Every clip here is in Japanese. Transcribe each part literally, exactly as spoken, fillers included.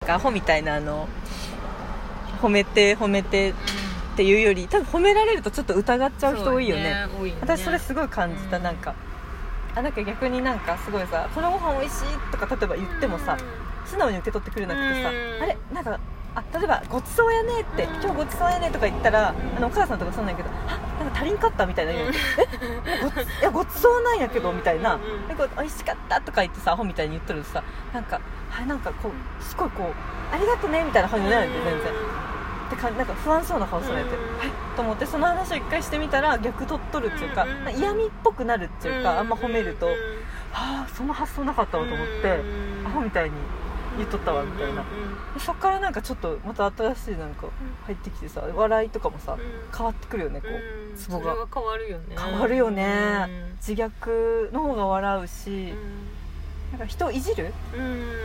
アホみたいなあの褒めて褒めてっていうより多分褒められるとちょっと疑っちゃう人多いよ ね, ね, 多いね私それすごい感じた、うん、なんかあなんか逆になんかすごいさこのご飯美味しいとか例えば言ってもさ、うん、素直に受け取ってくれなくてさ、うん、あれなんかあ例えばごちそうやねって、うん、今日ごちそうやねとか言ったら、うん、あのお母さんとかそうなんやけどあなんか足りんかったみたいな言うの、うん、えごいやごちそうなんやけどみたいな、うん、なんか美味しかったとか言ってさアホみたいに言ってるとさなんかはいなんかこうすごいこうありがとねみたいな感じになるんで全然ってかなんか不安そうな顔されて、うん、はいと思ってその話を一回してみたら逆取っとるっていうか、うん、嫌味っぽくなるっていうか、うん、あんま褒めると、うん、はあその発想なかったわと思って、うん、アホみたいに言っとったわみたいな、うん、そっからなんかちょっとまた新しいなんか入ってきてさ笑いとかもさ、うん、変わってくるよねこうツボがそれは変わるよね変わるよね、うん、自虐の方が笑うし、うん、なんか人をいじる、うん、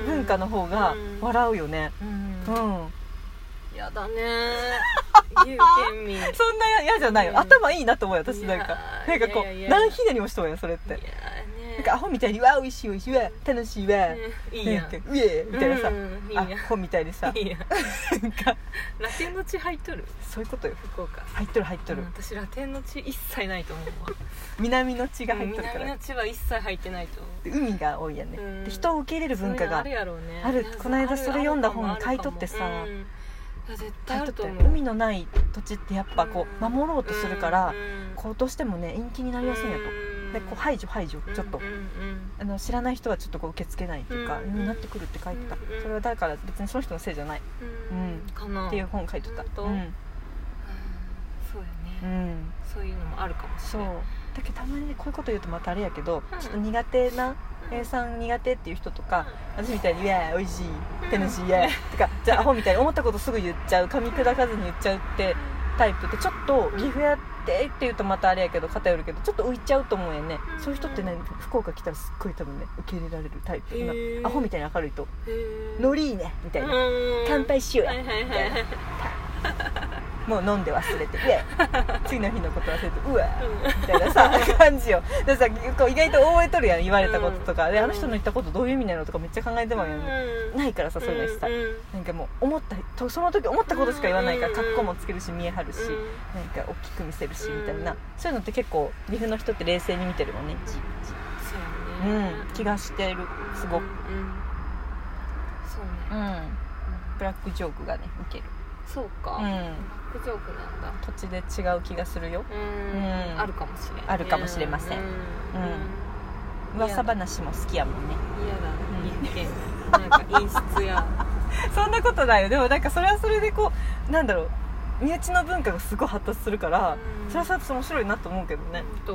文化の方が笑うよねうん、うんやだね有権民そんな嫌じゃないよ、うん、頭いいなと思うよ私なんかなんかこう何ひねりもしとうやんそれっていや、ね、なんかアホみたいにわおいしいおいしいわ楽しいわ、うん、いいやんうえみたいなさ、うん、いいアホみたいにさいいやなんかラテンの血入っとるそういうことよ福岡入っとる入っとる、うん、 私ラテンの血一切ないと思うわ南の血が入っとるから南の血は一切入ってないと思う海が多いやんね、うん、で人を受け入れる文化があるやろうねあるこの間それ読んだ本に書いとってさ絶対あると思う海のない土地ってやっぱこう守ろうとするから、うん、こうどうしてもね延期になりやすいんやと、うん、でこう排除排除ちょっと、うん、あの知らない人はちょっとこう受け付けないっていうか、うん、になってくるって書いてた、うん、それはだから別にその人のせいじゃない、うんかなっていう本書いてた、うん、 そうやね、うん、そういうのもあるかもしれないそうだけどたまにねこういうこと言うとまたあれやけど、うん、ちょっと苦手なAさん苦手っていう人とか、うん、私みたいに「いやおいしい楽しいや」とかじゃあアホみたいに思ったことすぐ言っちゃう噛み砕かずに言っちゃうってタイプってちょっと岐阜やってって言うとまたあれやけど偏るけどちょっと浮いちゃうと思うよね、うん、そういう人ってね福岡来たらすっごい多分ね受け入れられるタイプ、えー、アホみたいに明るいとノリいいねみたいな乾杯しようやみたいなもう飲んで忘れてで次の日のこと忘れてうわみたいなさ感じよでさこう意外と覚えとるやん言われたこととか、うん、であの人の言ったことどういう意味なのとかめっちゃ考えてもらうよね、うん、ないからさそういうのした、うん、なんかもう思ったその時思ったことしか言わないから格好もつけるし見え張るし、うん、なんか大きく見せるしみたいなそういうのって結構岐阜の人って冷静に見てるもんねじじそうね、うん、気がしてるすごく、うん、 そうね、 うん、ブラックジョークがねウケるそうか、うん、ブラックジョークなんだ土地で違う気がするようん、うん、あるかもしれない、ね、 あるかもしれません、うんうん、噂話も好きやもんね嫌だ、うん、なんか陰湿やそんなことないよでもなんかそれはそれでこうなんだろう身内の文化がすごい発達するから、うん、それはそれと面白いなと思うけどね、うん、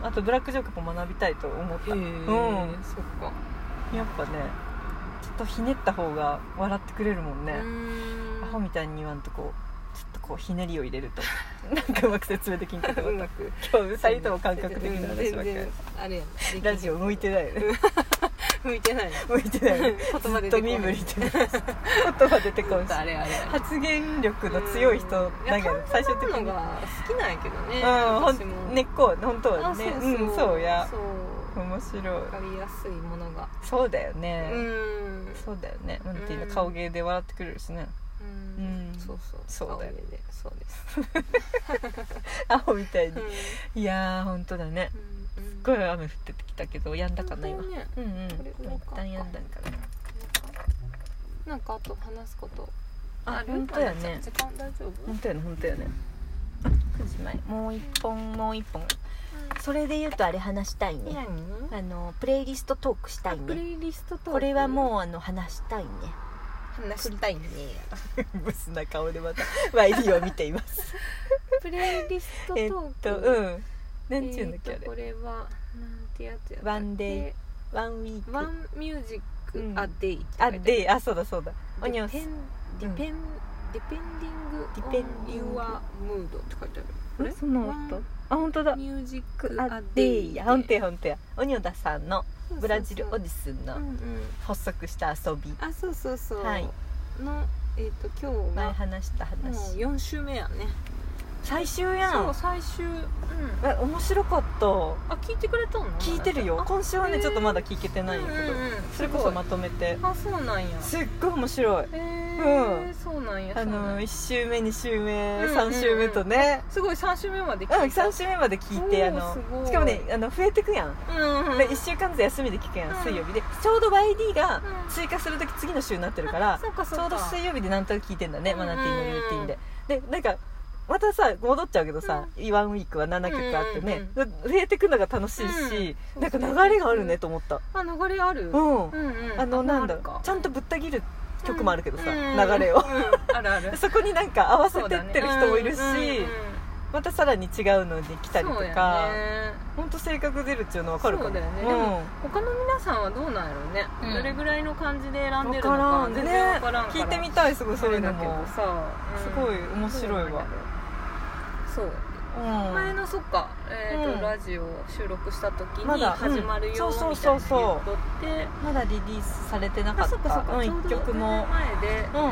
あとブラックジョークも学びたいと思った、うん、 そっかやっぱねちょっとひねった方が笑ってくれるもんねアホみたいに言わんとこうちょっとこうひねりを入れるとなんかうまく説明できんかったうまく今日ふたりとも感覚的な話ばっかりあれやんラジオ向いてないよね向いてない向いてない言葉出てこないずっと身振りて言葉出てこんしあれあれ発言力の強い人なんか最終的にが好きなんやけどねうん私も根っこ本当はねそうそう、 うん、そうやそう面白い分かりやすいものがそうだよねうんそうだよねなんていうの顔芸で笑ってくれるしねうん、うん、そうそうそうだよでそうですアホみたいに、 うん、 いやー本当だね、うん、すっごい雨降ってきたけどやんだかな今、 ね、 うんうん一旦やんだんかななんかあと話すことあ本当やね時間大丈夫本当やね本当やねあくじまえもう一本もう一本それで言うとあれ話したいねあのプレイリストトークしたいねプレイリストトークこれはもうあの話したいね話したいねブスな顔でまたワイディを見ていますプレイリストトークえっとうん何ちゅうんだっけあれこれはなんてやつやったっけワンデイワンウィークワンミュージックアデイあデイあそうだそうだオニオンスディペンディペンディペンディングオンユアムードって書いてあるこれその音あ本当だミュージックアデイや本当や本当やオニオダさんのブラジルオディスの発足した遊びあそうそうそうはいのえっと今日前話した話もうよん週目やね最終やん。 そう最終、うん、 え面白かった。 あ聞いてくれたの？ 聞いてるよ。今週はねちょっとまだ聞けてないんやけど、 うんうんうん、 それこそまとめて。 あそうなんや。 すっごい面白い。 へー、うん、そうなんや。 あのいち週目に週目、 うんうん、 さん週目とね、 すごいさん週目まで聞いた。 うんさん週目まで聞いて、あのしかもねあの増えてくやん、うんうん、でいっしゅうかんずつ休みで聞くやん、うん、水曜日でちょうど ワイディー が追加するとき次の週になってるから、うん、ちょうど水曜日でなんとなく聞いてんだね、うん、マナティーのルーティンで。でなんかまたさ戻っちゃうけどさ、うん、ワンウィークはななきょくあってね、うんうんうん、増えてくのが楽しいし、うん、なんか流れがあるねと思った。 あ流れある、 うん、うんうん、あのなんだちゃんとぶった切る曲もあるけどさ、うん、流れを、 うん、あるあるそこになんか合わせてってる人もいるし、 ねうんうんうん、 またさらに違うので来たりとか、本当、ね、性格出るっていうの分かるかも。 そうだよね、うん、でも他の皆さんはどうなんやろうね、うん、どれぐらいの感じで選んでるのか全然分からんから、 ね、聞いてみたい。すごいそういうのもだけどさ、 うん、すごい面白いわ。 そう、うん、前のそっか、えーとうん、ラジオ収録した時に始まるよみたいな言っとってまだリリースされてなかった。 あそっかそっか、うん、 いっきょくも前で、うんねうんうん、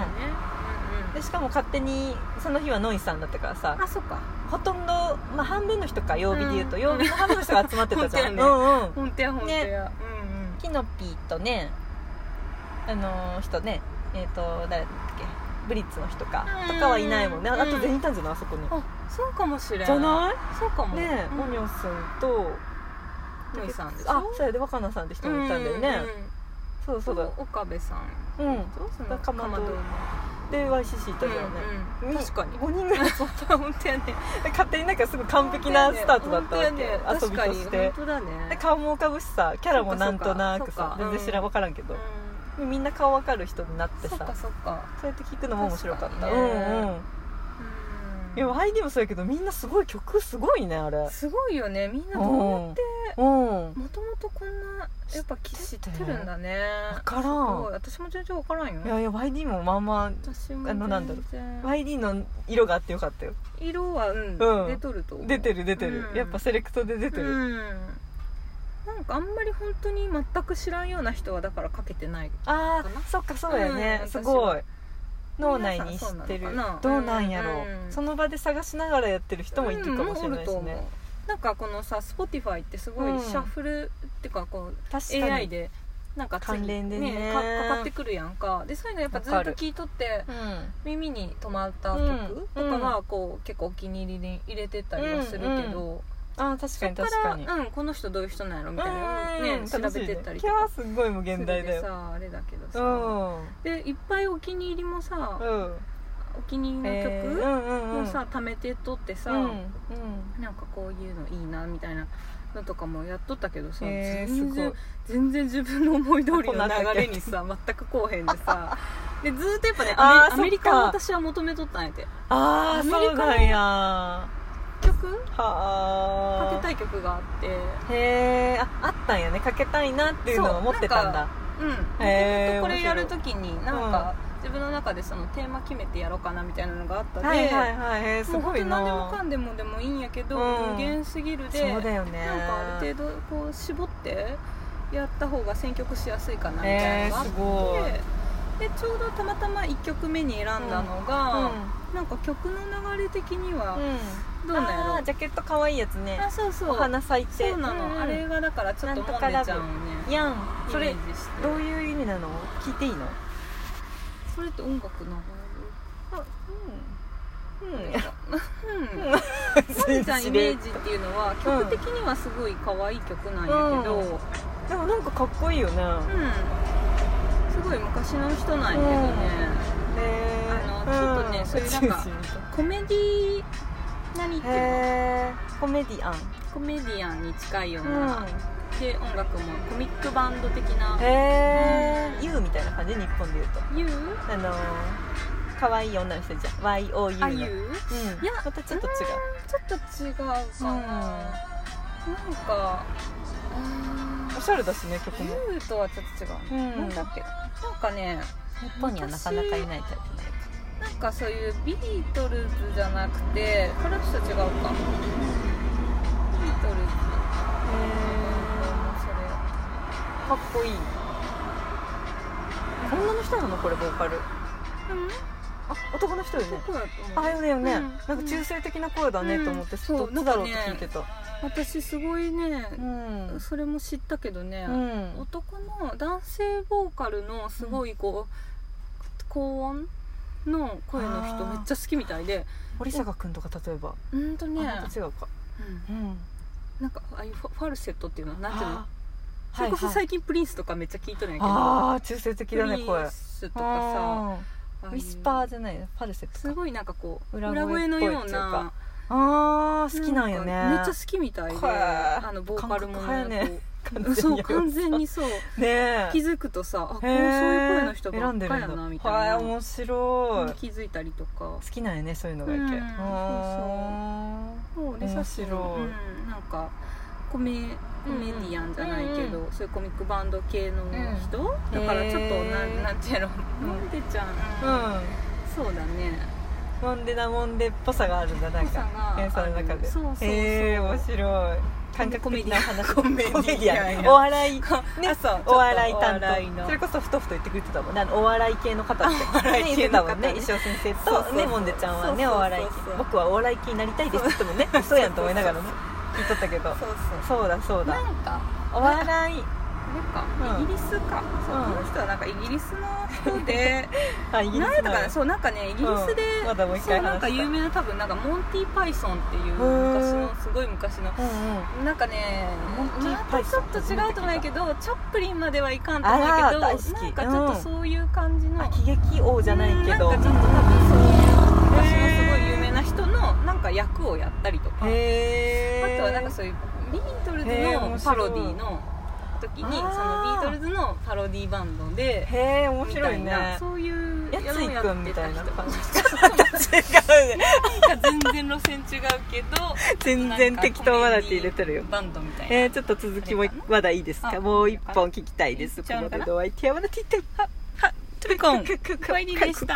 でしかも勝手にその日はノイさんだったからさ、 あそっかほとんど、まあ、半分の人か曜日で言うと、うん、曜日の半分の人が集まってたじゃん。 本当やね、うんうん、本当や本当や、ね、うんうん、 キノピーとねあのー、人ねえっ、ー、と誰だっけブリッツの人かとかはいないもんね、うん、あと全員いたんじゃないあそこに。 あそうかもしれん。 じゃないそうかもね。 うん、 オニョスンとノイさんでしょ。 あそうやで若菜さんって人もいたんだよね、うんうんうん、そうそうだ岡部さん、 うんだかまどで ワイシーシー いたじゃんね、 うんうん、確かにごにんぐらいそうだ本当やね勝手になんかすぐ完璧なスタートだったわけ、 ね、 遊びとして本当だね。 で顔も浮かぶしさキャラもなんとなくさ全然知らん分からんけど、うん、みんな顔分かる人になってさ、 そっかそっか、 そうやって聞くのも面白かった、 ね、 うんうん。いや アイディー もそうやけどみんなすごい曲すごいねあれ。 すごいよねみんなどうやってもともとこんなやっぱ知ってるんだね。 分からん。 私も全然分からんよ。 いやいや アイディー もまあまああのなんだろう アイディー の色があってよかったよ。 色はうん、うん、出とると思う。 出てる出てる、うん、やっぱセレクトで出てる、うん、 なんかあんまり本当に全く知らんような人はだからかけてないかな。 あーそっかそうやね、うん、すごい脳内に知ってる。どうなんやろう、うん、その場で探しながらやってる人もいるかもしれないしね、うん、 なんかこのさ Spotify ってすごいシャッフル、うん、っていうかこう エーアイ でなんか関連で ね, ね か, かかってくるやんか。でそういうのやっぱずっと聞いとって、うん、耳に止まった曲とかはこう結構お気に入りに入れてたりはするけど、うんうん、 あ確かに確かに、 うん、この人どういう人なんやろみたいなね、調べてったりとか。 今日はすごい無限大だよさあれだけどさ、 うん、 でいっぱいお気に入りもさ、うんお気に入りの曲もさ貯めてとってさ、うんうん、なんかこういうのいいなみたいなのとかもやっとったけどさ、全然全然自分の思い通りの流れにさ全くこうへんでさでずーっとやっぱねアメ、アメリカを私は求めとったんやて。 ああそうなんや。 曲はかけたい曲があって、 へえ あ, あったんやね。かけたいなっていうのを持ってたんだ。 うんへえこれやるときになんか、うん自分の中でそのテーマ決めてやろうかなみたいなのがあったで、 はいはいはい、えー、すごいな。 もう本当何でもかんでもでもいいんやけど、うん、無限すぎるでそうだよね。 なんかある程度こう絞ってやった方が選曲しやすいかなみたいなのがあって、えー、でちょうどたまたまいっきょくめに選んだのが、うんうん、なんか曲の流れ的には、うん、どうなんやろ。 あジャケット可愛いやつね。 あそうそうお花咲いてそうなの、うん、あれがだからちょっとモネちゃんをねやんそれどういう意味なの聞いていいの。 それって音楽流れる。あうんうんうんマネちゃんイメージっていうのは曲的にはすごい可愛い曲なんやけど、うん、 でもなんかかっこいいよね。 うんすごい昔の人なんやけどね、 うん、へあのちょっとね、うん、そういうなんかコメディ何っていうのコメディアンコメディアンに近いような、うんで音楽もコミックバンド的なへえ ユー みたいな感じ日本で言うとユーあの可愛い女の人じゃん ワイオーユー のユー、うん、いやまたちょっと違うちょっと違うかな、うん、なんかおしゃれだしね曲もユー とはちょっと違う、うん、なんだっけなんかね日本にはなかなかいないタイプのやつなんかそういうビートルズじゃなくてこれと違うかビートルズかっこいい。女の人なのこれボーカル。 うん。 あ男の人よね。 男だと思う。 あよねよね、 うん、 なんか中性的な声だねと思って、 うん、 どっちだろうって聞いてた、 ね、私すごいね、 うん、 それも知ったけどね、うん、男の男性ボーカルのすごいこう、うん、高音の声の人めっちゃ好きみたいで、 堀坂君とか例えばうんとねあ違うか、うん、うん、 なんかああいうファルセットっていうのなんていうの、それこそ最近プリンスとかめっちゃ聞いとるんやけど、 ああ中性的だね声。 プリンスとかさウィスパーじゃないファルセット、 すごいなんかこう裏声のような、 あー好きなんよね。 めっちゃ好きみたいで、あのボーカルもねそう完全にそうね、気づくとさあこうそういう声の人ばっかやなみたいな、 面白い気づいたりとか好きなんやねそういうのがいけ、うん、そうそうで面白い、うん、なんかコメコメディアンじゃないけど、うんうん、そういうコミックバンド系の人、うん、だからちょっとなんなんていうの、モンデちゃん、うん、そうだね、 モンデなモンデっぽさがあるんだ、なんか演奏の中で。 そうそうそう、 へー面白い。感覚的な話、 コメディアン、 お笑いね、お笑い担当、 のそれこそふとふと言ってくれてたもんね、お笑い系の方ってね言ってたもんね、石尾先生とね、モンデちゃんはねお笑い系、僕はお笑い系になりたいですって言ってもね嘘やんと思いながらね聞いとったけど、そうそうそうだそうだ、 なんかお笑いなんかイギリスか、そう、この人はなんかイギリスの人で何やったかな、そうなんかねイギリスで、 まだもう一回話した、 そうなんか有名な多分なんかモンティ・パイソンっていう昔のすごい昔のなんかね、またちょっと違うと思うけどチャップリンまではいかんと思うけど、なんかちょっとそういう感じの喜劇王じゃないけど、 なんかちょっと多分そういう昔のすごい有名な人のなんか役をやったりとか、あとはなんかそういうビートルズのパロディの時にそのビートルズのパロディバンドでへえ面白いね、 そういうやついくんみたいな感じ違うね全然路線違うけど全然適当話入れてるよバンドみたいな、 えー、ちょっと続きもまだいいですか、もう一本聞きたいです。ここまでのお相手はまだティッテンははトゥビコン小入りでした。